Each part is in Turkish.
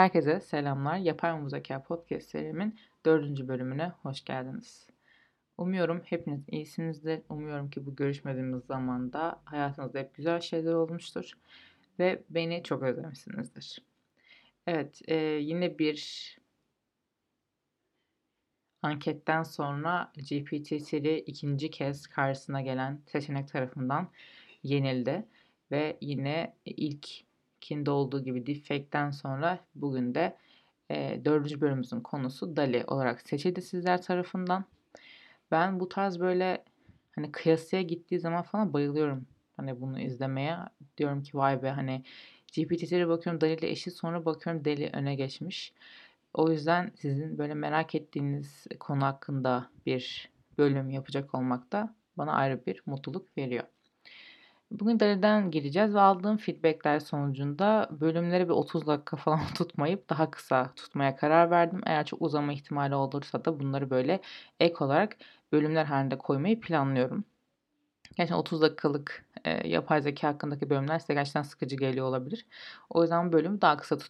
Herkese selamlar. Yapay Mı Zeka podcast serimin 4. bölümüne hoş geldiniz. Umuyorum hepiniz iyisinizdir. Umuyorum ki bu görüşmediğimiz zamanda hayatınızda hep güzel şeyler olmuştur ve beni çok özlemişsinizdir. Evet, yine bir anketten sonra GPT-3 ikinci kez karşısına gelen seçenek tarafından yenildi ve yine ilkinde olduğu gibi deepfake'ten sonra bugün de 4. bölümümüzün konusu DALL-E olarak seçildi sizler tarafından. Ben bu tarz böyle hani kıyasıya gittiği zaman falan bayılıyorum. Hani bunu izlemeye. Diyorum ki vay be hani GPT'lere bakıyorum DALL-E ile eşit, sonra bakıyorum DALL-E öne geçmiş. O yüzden sizin böyle merak ettiğiniz konu hakkında bir bölüm yapacak olmak da bana ayrı bir mutluluk veriyor. Bugün deriden gireceğiz ve aldığım feedbackler sonucunda bölümleri bir 30 dakika falan tutmayıp daha kısa tutmaya karar verdim. Eğer çok uzama ihtimali olursa da bunları böyle ek olarak bölümler halinde koymayı planlıyorum. Gerçekten 30 dakikalık yapay zeka hakkındaki bölümler size gerçekten sıkıcı geliyor olabilir. O yüzden bölümü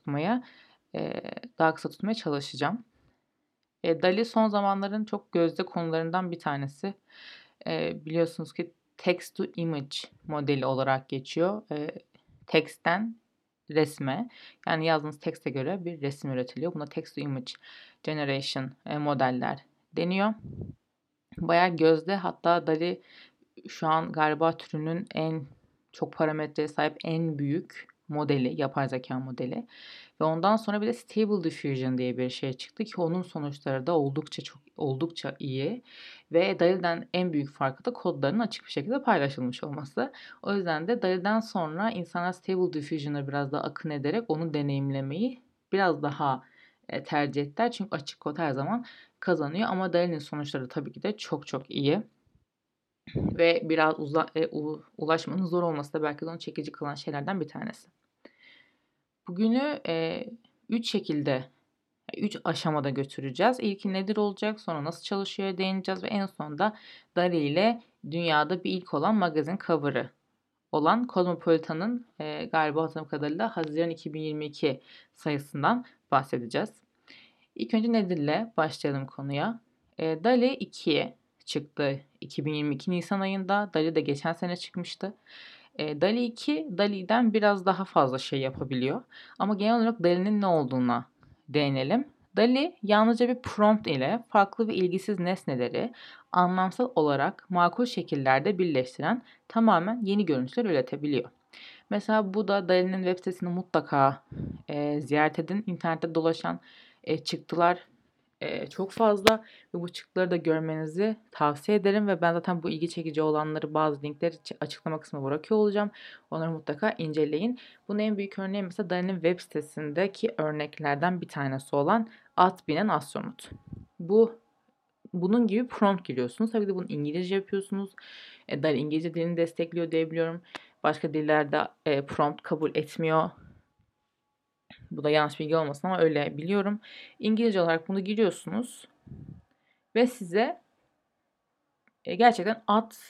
e, daha kısa tutmaya çalışacağım. DALL-E son zamanların çok gözde konularından bir tanesi. Biliyorsunuz ki text to image modeli olarak geçiyor. Teksten resme, yani yazdığınız tekste göre bir resim üretiliyor. Buna text to image generation modeller deniyor. Bayağı gözde, hatta DALL-E şu an galiba türünün en çok parametreye sahip en büyük modeli, yapay zeka modeli. Ve ondan sonra bir de Stable Diffusion diye bir şey çıktı ki onun sonuçları da oldukça iyi. Ve DALL-E'den en büyük farkı da kodların açık bir şekilde paylaşılmış olması. O yüzden de DALL-E'den sonra insanlar Stable Diffusion'a biraz daha akın ederek onu deneyimlemeyi biraz daha tercih ettiler. Çünkü açık kod her zaman kazanıyor, ama DALL-E'nin sonuçları tabii ki de çok çok iyi. Ve biraz ulaşmanın zor olması da belki de onu çekici kılan şeylerden bir tanesi. Bugünü 3 şekilde, 3 aşamada götüreceğiz. İlki nedir olacak, sonra nasıl çalışıyor değineceğiz ve en sonunda DALL-E ile dünyada bir ilk olan magazin cover'ı olan Cosmopolitan'ın galiba hatırladığım kadarıyla Haziran 2022 sayısından bahsedeceğiz. İlk önce nedirle başlayalım konuya. DALL-E 2 çıktı 2022 Nisan ayında. DALL-E de geçen sene çıkmıştı. DALL-E 2, DALL-E'den biraz daha fazla şey yapabiliyor. Ama genel olarak DALL-E'nin ne olduğuna değinelim. DALL-E yalnızca bir prompt ile farklı ve ilgisiz nesneleri anlamsal olarak makul şekillerde birleştiren tamamen yeni görüntüler üretebiliyor. Mesela bu da DALL-E'nin web sitesini mutlaka ziyaret edin. İnternette dolaşan çıktılar çok fazla ve bu çıktıları da görmenizi tavsiye ederim ve ben zaten bu ilgi çekici olanları, bazı linkleri açıklama kısmına bırakıyor olacağım. Onları mutlaka inceleyin. Bunun en büyük örneği mesela DALL-E'nin web sitesindeki örneklerden bir tanesi olan At binen astronot. Bunun gibi prompt giriyorsunuz. Tabii de bunu İngilizce yapıyorsunuz. DALL-E İngilizce dilini destekliyor diyebiliyorum. Başka dillerde prompt kabul etmiyor. Bu da yanlış bilgi olmasın ama öyle biliyorum. İngilizce olarak bunu giriyorsunuz ve size gerçekten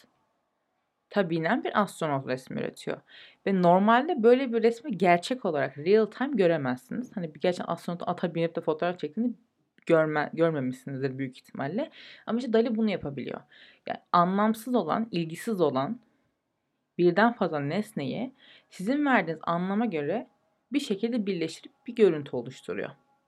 binen bir astronot resmi üretiyor. Ve normalde böyle bir resmi gerçek olarak real time göremezsiniz. Hani bir gerçekten astronotun ata binip de fotoğraf çektiğini görmemişsinizdir büyük ihtimalle. Ama işte DALL-E bunu yapabiliyor. Yani anlamsız olan, ilgisiz olan birden fazla nesneyi sizin verdiğiniz anlama göre bir şekilde birleştirip bir görüntü oluşturuyor.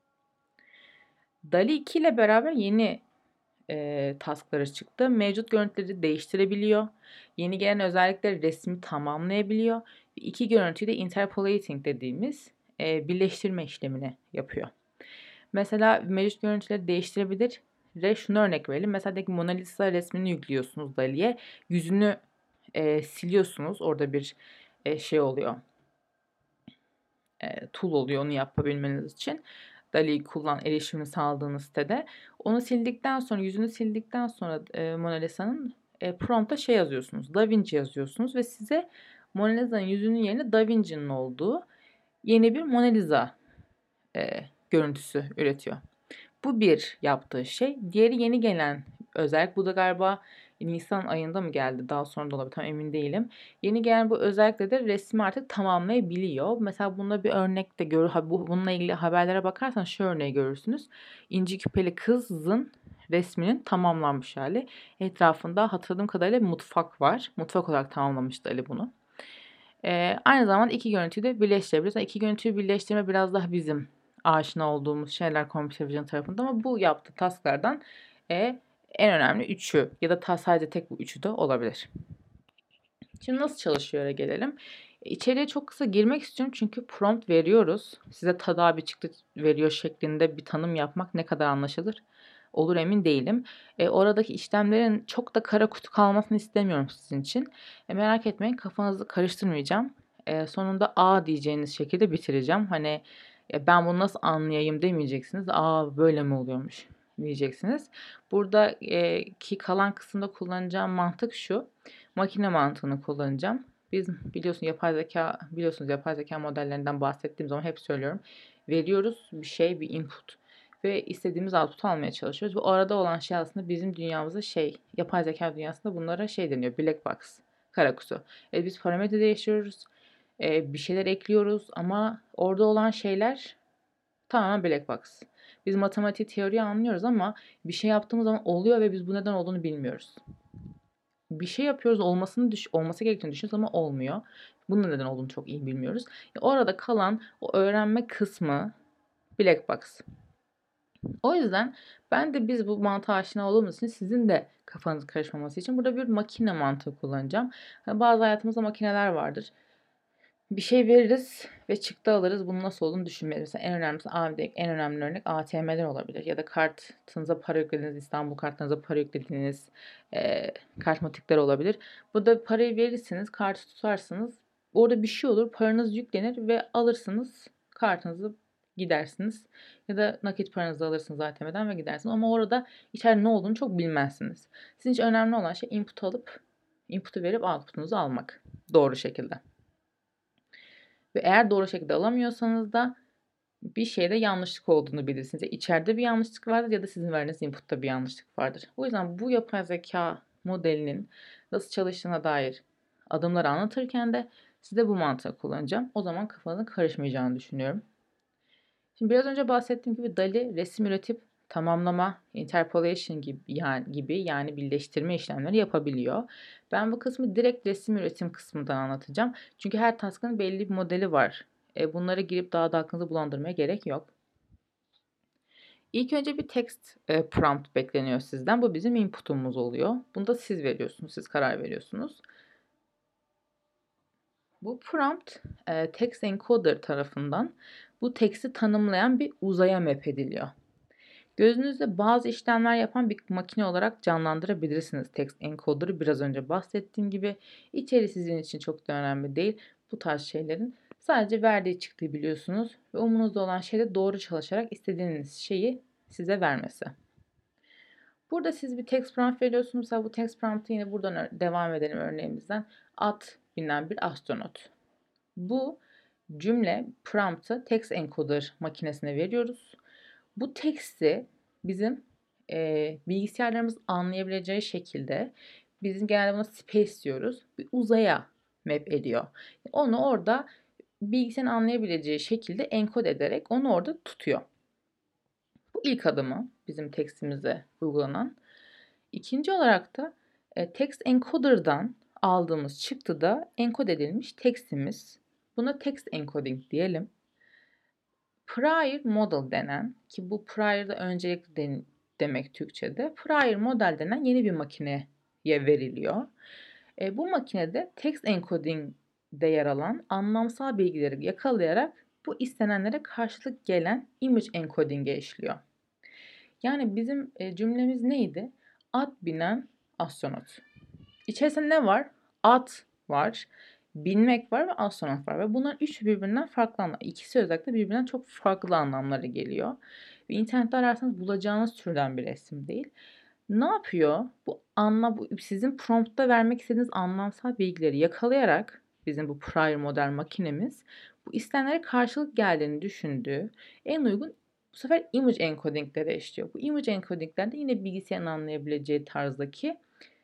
DALL-E 2 ile beraber yeni taskları çıktı. Mevcut görüntüleri değiştirebiliyor. Yeni gelen özellikleri resmi tamamlayabiliyor. İki görüntüyü de interpolating dediğimiz birleştirme işlemini yapıyor. Mesela mevcut görüntüleri değiştirebilir. Şunu örnek verelim. Mesela Mona Lisa resmini yüklüyorsunuz DALL-E'ye. Yüzünü siliyorsunuz. Orada bir şey oluyor. Tool oluyor onu yapabilmeniz için. DALL-E'yi erişimini sağladığınız sitede. Onu sildikten sonra, yüzünü sildikten sonra Mona Lisa'nın prompt'a şey yazıyorsunuz. Da Vinci yazıyorsunuz ve size Mona Lisa'nın yüzünün yerine Da Vinci'nin olduğu yeni bir Mona Lisa görüntüsü üretiyor. Bu bir yaptığı şey. Diğeri yeni gelen özellik. Bu da galiba Nisan ayında mı geldi? Daha sonra da olabilir. Tam emin değilim. Yeni gelen bu özellikle de resmi artık tamamlayabiliyor. Mesela bunda bir örnek de bununla ilgili haberlere bakarsan şu örneği görürsünüz. İnci küpeli kızın resminin tamamlanmış hali. Etrafında hatırladığım kadarıyla bir mutfak var. Mutfak olarak tamamlamıştı Ali bunu. Aynı zamanda iki görüntüyü de birleştirebiliriz. İki görüntüyü birleştirme biraz daha bizim aşina olduğumuz şeyler Computer Vision tarafında ama bu yaptığı tasklardan en önemli üçü ya da sadece tek bu üçü de olabilir. Şimdi nasıl çalışıyor'a gelelim. İçeriye çok kısa girmek istiyorum çünkü prompt veriyoruz. Size bir çıktı veriyor şeklinde bir tanım yapmak ne kadar anlaşılır olur emin değilim. Oradaki işlemlerin çok da kara kutu kalmasını istemiyorum sizin için. Merak etmeyin, kafanızı karıştırmayacağım. Sonunda A diyeceğiniz şekilde bitireceğim. Hani ben bunu nasıl anlayayım demeyeceksiniz. Böyle mi oluyormuş diyeceksiniz. Buradaki kalan kısımda kullanacağım mantık şu. Makine mantığını kullanacağım. Biliyorsunuz yapay zeka modellerinden bahsettiğim zaman hep söylüyorum. Veriyoruz bir input ve istediğimiz output almaya çalışıyoruz. Ve o arada olan şey aslında bizim dünyamızda yapay zeka dünyasında bunlara deniyor. Black box, kara kutu. Biz parametre değiştiriyoruz. Bir şeyler ekliyoruz ama orada olan şeyler tamamen black box. Biz matematik teoriyi anlıyoruz ama bir şey yaptığımız zaman oluyor ve biz bu neden olduğunu bilmiyoruz. Bir şey yapıyoruz, olması gerektiğini düşünüyoruz ama olmuyor. Bunun neden olduğunu çok iyi bilmiyoruz. Orada kalan o öğrenme kısmı black box. O yüzden biz bu mantığa aşina olduğumuz için sizin de kafanız karışmaması için burada bir makine mantığı kullanacağım. Bazı hayatımızda makineler vardır. Bir şey veririz ve çıktı alırız. Bunun nasıl olduğunu düşünmeyiz. Mesela en önemli örnek ATM'ler olabilir. Ya da kartınıza para yüklediğiniz, İstanbul kartınıza para yüklediğiniz kartmatikler olabilir. Burada parayı verirsiniz, kartı tutarsınız. Orada bir şey olur, paranız yüklenir ve alırsınız, kartınızı gidersiniz. Ya da nakit paranızı alırsınız ATM'den ve gidersiniz. Ama orada içeride ne olduğunu çok bilmezsiniz. Sizin için önemli olan şey input'u verip output'unuzu almak. Doğru şekilde. Ve eğer doğru şekilde alamıyorsanız da bir şeyde yanlışlık olduğunu bilirsiniz. Ya içeride bir yanlışlık vardır ya da sizin verdiğiniz input'ta bir yanlışlık vardır. O yüzden bu yapay zeka modelinin nasıl çalıştığına dair adımları anlatırken de size bu mantığı kullanacağım. O zaman kafanızın karışmayacağını düşünüyorum. Şimdi biraz önce bahsettiğim gibi DALL-E resim üretip tamamlama, interpolation gibi yani birleştirme işlemleri yapabiliyor. Ben bu kısmı direkt resim üretim kısmından anlatacağım. Çünkü her task'ın belli bir modeli var. Bunlara girip daha da aklınızı bulandırmaya gerek yok. İlk önce bir text prompt bekleniyor sizden. Bu bizim input'umuz oluyor. Bunu da siz veriyorsunuz, siz karar veriyorsunuz. Bu prompt text encoder tarafından bu text'i tanımlayan bir uzaya map ediliyor. Gözünüzde bazı işlemler yapan bir makine olarak canlandırabilirsiniz text encoder'ı biraz önce bahsettiğim gibi. İçeri sizin için çok da önemli değil. Bu tarz şeylerin sadece verdiği çıktığı biliyorsunuz ve umurunuzda olan şeyde doğru çalışarak istediğiniz şeyi size vermesi. Burada siz bir text prompt veriyorsunuz. Mesela bu text prompt'ı yine buradan devam edelim örneğimizden. At binen bir astronot. Bu cümle prompt'ı text encoder makinesine veriyoruz. Bu teksti bizim bilgisayarlarımız anlayabileceği şekilde bizim genelde buna space diyoruz. Bir uzaya map ediyor. Onu orada bilgisayarın anlayabileceği şekilde enkod ederek onu orada tutuyor. Bu ilk adımı bizim tekstimize uygulanan. İkinci olarak da text encoder'dan aldığımız çıktıda enkod edilmiş tekstimiz. Buna text encoding diyelim. Prior model denen ki bu prior da öncelikli demek Türkçe'de. Prior model denen yeni bir makineye veriliyor. Bu makinede text encoding'de yer alan anlamsal bilgileri yakalayarak bu istenenlere karşılık gelen image encoding'e işliyor. Yani bizim cümlemiz neydi? At binen astronot. İçerisinde ne var? At var, binmek var ve astronot var. Ve bunlar üçü birbirinden farklı anlamlar. İkisi özellikle birbirinden çok farklı anlamları geliyor. Ve internette ararsanız bulacağınız türden bir resim değil. Ne yapıyor? Bu sizin promptta vermek istediğiniz anlamsal bilgileri yakalayarak bizim bu prior model makinemiz bu istenenlere karşılık geldiğini düşündüğü en uygun bu sefer image encodinglere işliyor. Bu image encodinglerde yine bilgisayarın anlayabileceği tarzdaki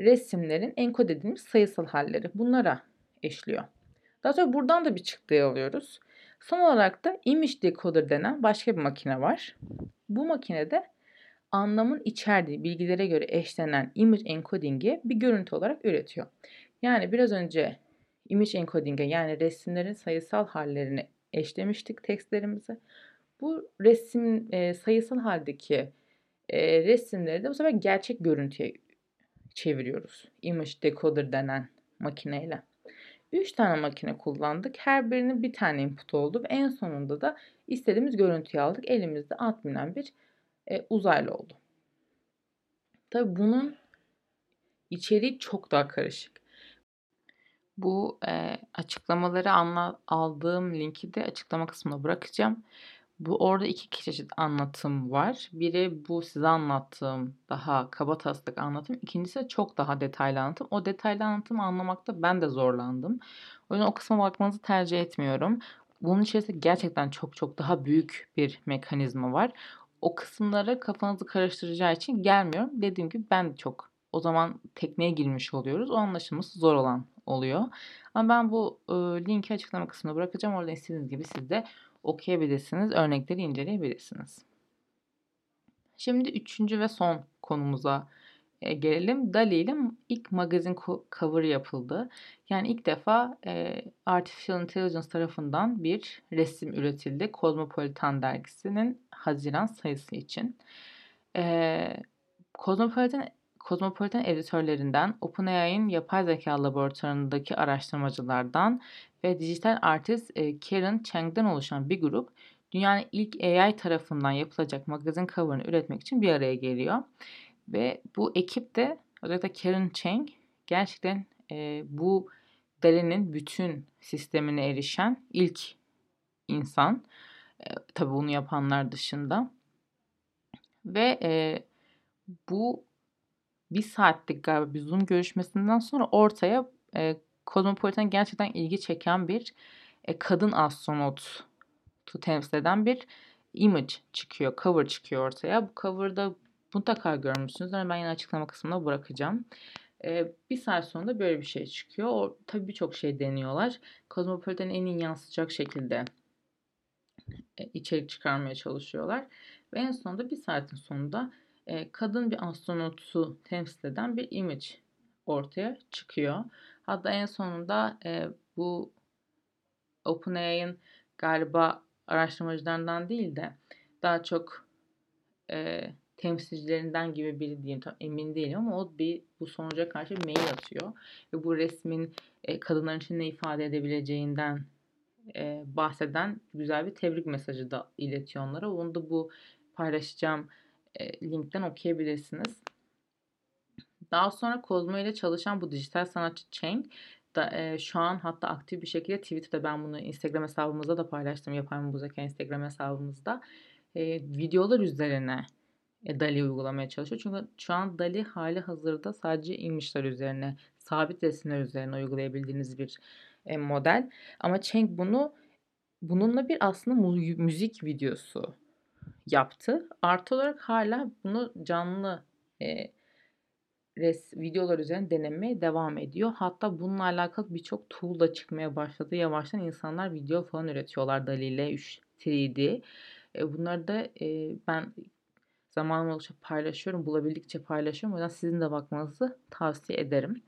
resimlerin enkod edilmiş sayısal halleri. Bunlara eşliyor. Daha sonra buradan da bir çıktıyı alıyoruz. Son olarak da image decoder denen başka bir makine var. Bu makinede anlamın içerdiği bilgilere göre eşlenen image encoding'i bir görüntü olarak üretiyor. Yani biraz önce image encoding'e, yani resimlerin sayısal hallerini eşlemiştik tekstlerimize. Bu resim sayısal haldeki resimleri de bu sefer gerçek görüntüye çeviriyoruz. Image decoder denen makineyle. 3 tane makine kullandık. Her birinin bir tane input oldu ve en sonunda da istediğimiz görüntüyü aldık. Elimizde at binen bir uzaylı oldu. Tabii bunun içeriği çok daha karışık. Bu açıklamaları aldığım linki de açıklama kısmına bırakacağım. Orada 2 çeşit anlatım var. Biri bu size anlattığım daha kabataslak anlatım. İkincisi çok daha detaylı anlatım. O detaylı anlatımı anlamakta ben de zorlandım. O yüzden o kısma bakmanızı tercih etmiyorum. Bunun içerisinde gerçekten çok çok daha büyük bir mekanizma var. O kısımlara kafanızı karıştıracağı için gelmiyorum. Dediğim gibi ben de çok o zaman tekneye girmiş oluyoruz. O anlaşılması zor olan oluyor. Ama ben bu linki açıklama kısmına bırakacağım. Orada istediğiniz gibi siz de okuyabilirsiniz. Örnekleri inceleyebilirsiniz. Şimdi 3. ve son konumuza gelelim. DALL-E ile ilk magazin cover yapıldı. Yani ilk defa Artificial Intelligence tarafından bir resim üretildi. Cosmopolitan dergisinin Haziran sayısı için. Cosmopolitan editörlerinden, OpenAI'nin yapay zeka laboratuvarındaki araştırmacılardan ve dijital artist Karen Cheng'den oluşan bir grup dünyanın ilk AI tarafından yapılacak magazin cover'ını üretmek için bir araya geliyor. Ve bu ekip de özellikle Karen Cheng gerçekten bu DALL-E'nin bütün sistemine erişen ilk insan. Tabii bunu yapanlar dışında. Ve bu bir saatlik galiba bir Zoom görüşmesinden sonra ortaya Cosmopolitan gerçekten ilgi çeken bir kadın astronotu temsil eden bir image çıkıyor, cover çıkıyor ortaya. Bu cover'da mutlaka görmüşsünüz ama ben yine açıklama kısmına bırakacağım. Bir saat sonunda böyle bir şey çıkıyor. Tabii birçok şey deniyorlar. Cosmopolitan'ı en iyi yansıtacak şekilde içerik çıkarmaya çalışıyorlar. Ve en sonunda bir saatin sonunda kadın bir astronotu temsil eden bir image ortaya çıkıyor. Hatta en sonunda bu OpenAI'ın galiba araştırmacılarından değil de daha çok temsilcilerinden gibi biri diyeyim, tam emin değilim ama o bu sonuca karşı bir mail atıyor ve bu resmin kadınların için ne ifade edebileceğinden bahseden güzel bir tebrik mesajı da iletiyor onlara. Onu da bu paylaşacağım linkten okuyabilirsiniz. Daha sonra Kozmo ile çalışan bu dijital sanatçı Cheng da şu an hatta aktif bir şekilde Twitter'da, ben bunu Instagram hesabımızda da paylaştım. Yapay Muzaka Instagram hesabımızda videolar üzerine DALL-E uygulamaya çalışıyor. Çünkü şu an DALL-E hali hazırda sadece image'lar üzerine, sabit resimler üzerine uygulayabildiğiniz bir model. Ama Cheng bununla bir aslında müzik videosu yaptı. Artı olarak hala bunu canlı videolar üzerine denemeye devam ediyor. Hatta bununla alakalı birçok tool da çıkmaya başladı. Yavaştan insanlar video falan üretiyorlar DALL-E ile 3D. Bunları da ben zamanım oldukça paylaşıyorum. Bulabildikçe paylaşıyorum. O yüzden sizin de bakmanızı tavsiye ederim.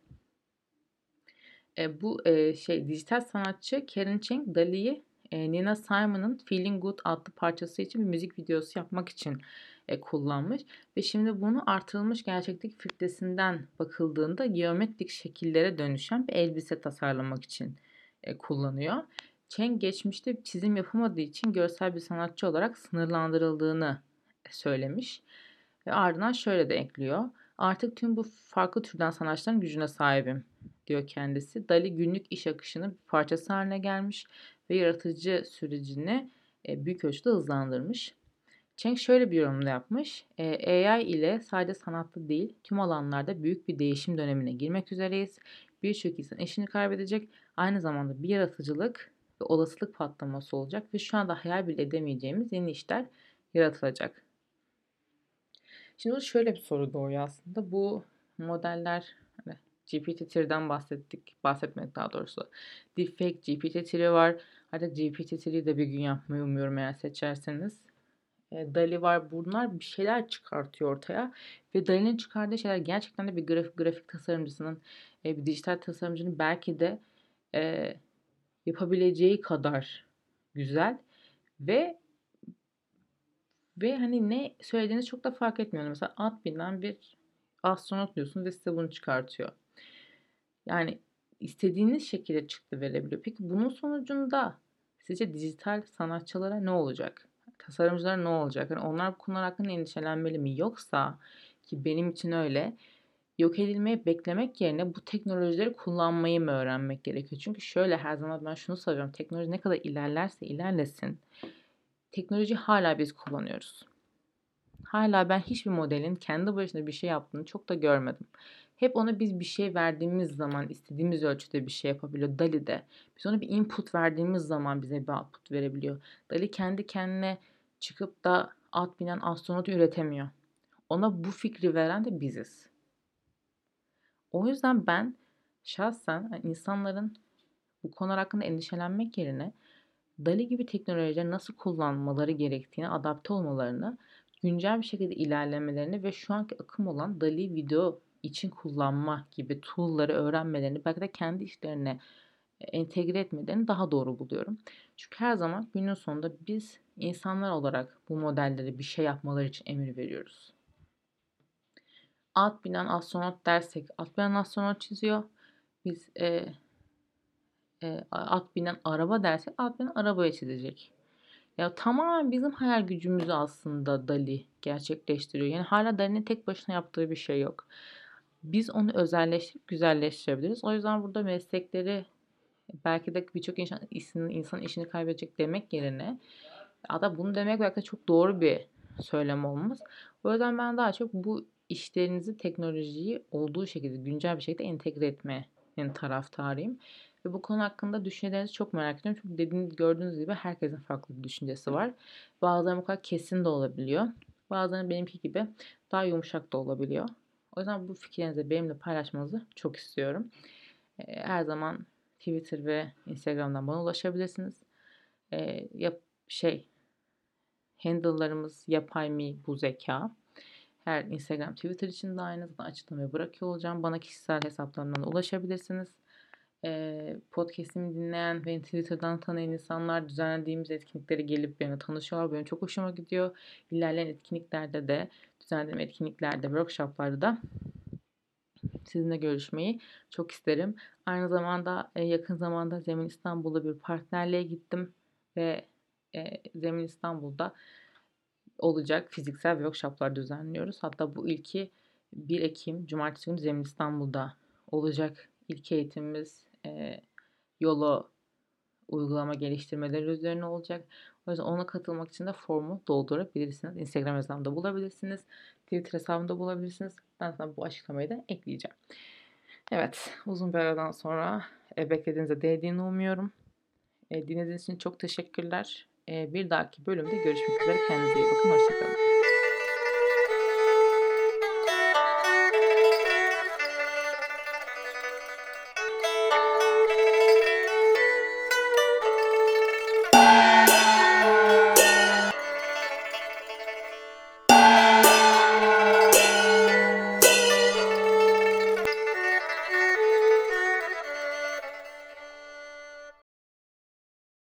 Bu dijital sanatçı Karen Cheng DALL-E'yi Nina Simone'ın Feeling Good adlı parçası için bir müzik videosu yapmak için kullanmış ve şimdi bunu artırılmış gerçeklik filtresinden bakıldığında geometrik şekillere dönüşen bir elbise tasarlamak için kullanıyor. Cheng geçmişte çizim yapamadığı için görsel bir sanatçı olarak sınırlandırıldığını söylemiş ve ardından şöyle de ekliyor. Artık tüm bu farklı türden sanatçıların gücüne sahibim, diyor kendisi. DALL-E günlük iş akışının bir parçası haline gelmiş ve yaratıcı sürecini büyük ölçüde hızlandırmış. Cheng şöyle bir yorumda yapmış. AI ile sadece sanatta değil, tüm alanlarda büyük bir değişim dönemine girmek üzereyiz. Birçok insan eşini kaybedecek. Aynı zamanda bir yaratıcılık ve olasılık patlaması olacak ve şu anda hayal bile edemeyeceğimiz yeni işler yaratılacak. Şimdi şöyle bir soru doğuyor aslında. Bu modeller Hani GPT-3'den bahsetmedik daha doğrusu. Deepfake GPT-3 var. Hatta GPT-3'yi de bir gün yapmayı umuyorum eğer seçerseniz. DALL-E var. Bunlar bir şeyler çıkartıyor ortaya. Ve DALL-E'nin çıkardığı şeyler gerçekten de bir grafik tasarımcısının, bir dijital tasarımcının belki de e, yapabileceği kadar güzel ve hani ne söylediğiniz çok da fark etmiyor. Mesela at binen bir astronot diyorsunuz ve size bunu çıkartıyor. Yani istediğiniz şekilde çıktı verebiliyor. Peki bunun sonucunda sizce dijital sanatçılara ne olacak? Tasarımcılara ne olacak? Yani onlar bu konular hakkında endişelenmeli mi? Yoksa ki benim için öyle yok edilmeyi beklemek yerine bu teknolojileri kullanmayı mı öğrenmek gerekiyor? Çünkü şöyle her zaman ben şunu söylüyorum. Teknoloji ne kadar ilerlerse ilerlesin teknoloji hala biz kullanıyoruz. Hala ben hiçbir modelin kendi başına bir şey yaptığını çok da görmedim. Hep ona biz bir şey verdiğimiz zaman istediğimiz ölçüde bir şey yapabiliyor. DALL-E de biz ona bir input verdiğimiz zaman bize bir output verebiliyor. DALL-E kendi kendine çıkıp da at binen astronot üretemiyor. Ona bu fikri veren de biziz. O yüzden ben şahsen insanların bu konular hakkında endişelenmek yerine DALL-E gibi teknolojileri nasıl kullanmaları gerektiğini, adapte olmalarını, güncel bir şekilde ilerlemelerini ve şu anki akım olan DALL-E video için kullanma gibi tool'ları öğrenmelerini belki de kendi işlerine entegre etmelerini daha doğru buluyorum. Çünkü her zaman günün sonunda biz insanlar olarak bu modelleri bir şey yapmaları için emir veriyoruz. At binen astronot dersek at binen astronot çiziyor. Biz at binen araba dersek at binen arabaya çizecek. Ya tamamen bizim hayal gücümüzü aslında DALL-E gerçekleştiriyor. Yani hala DALL-E'nin tek başına yaptığı bir şey yok. Biz onu özelleştirip güzelleştirebiliriz. O yüzden burada meslekleri belki de birçok insan işini kaybedecek demek yerine hatta bunu demek belki de çok doğru bir söylem olmaz. O yüzden ben daha çok bu işlerinizi teknolojiyi olduğu şekilde güncel bir şekilde entegre etmenin taraftarıyım. Ve bu konu hakkında düşüncelerinizi çok merak ediyorum. Çünkü gördüğünüz gibi herkesin farklı bir düşüncesi var. Bazıları bu kadar kesin de olabiliyor. Bazıları benimki gibi daha yumuşak da olabiliyor. O yüzden bu fikirlerinizi benimle paylaşmanızı çok istiyorum. Her zaman Twitter ve Instagram'dan bana ulaşabilirsiniz. Yap şey Handle'larımız yapay mi bu zeka. Her Instagram, Twitter için de aynı. Zaten açıklamayı bırakıyor olacağım. Bana kişisel hesaplarımdan ulaşabilirsiniz. Podcast'imi dinleyen ve Twitter'dan tanıyan insanlar düzenlediğimiz etkinliklere gelip benimle tanışıyorlar. Benim çok hoşuma gidiyor. İlerleyen etkinliklerde de, düzenlediğim etkinliklerde, workshoplarda da sizinle görüşmeyi çok isterim. Aynı zamanda yakın zamanda Zemin İstanbul'da bir partnerliğe gittim ve Zemin İstanbul'da olacak fiziksel workshoplar düzenliyoruz. Hatta bu ilki 1 Ekim Cumartesi günü Zemin İstanbul'da olacak. İlk eğitimimiz YOLO uygulama geliştirmeleri üzerine olacak. O yüzden ona katılmak için de formu doldurabilirsiniz. Instagram hesabımda bulabilirsiniz. Twitter hesabımda bulabilirsiniz. Ben sana bu açıklamayı da ekleyeceğim. Evet, uzun bir aradan sonra beklediğinize değdiğini umuyorum. Dinlediğiniz için çok teşekkürler. Bir dahaki bölümde görüşmek üzere. Kendinize iyi bakın. Hoşçakalın.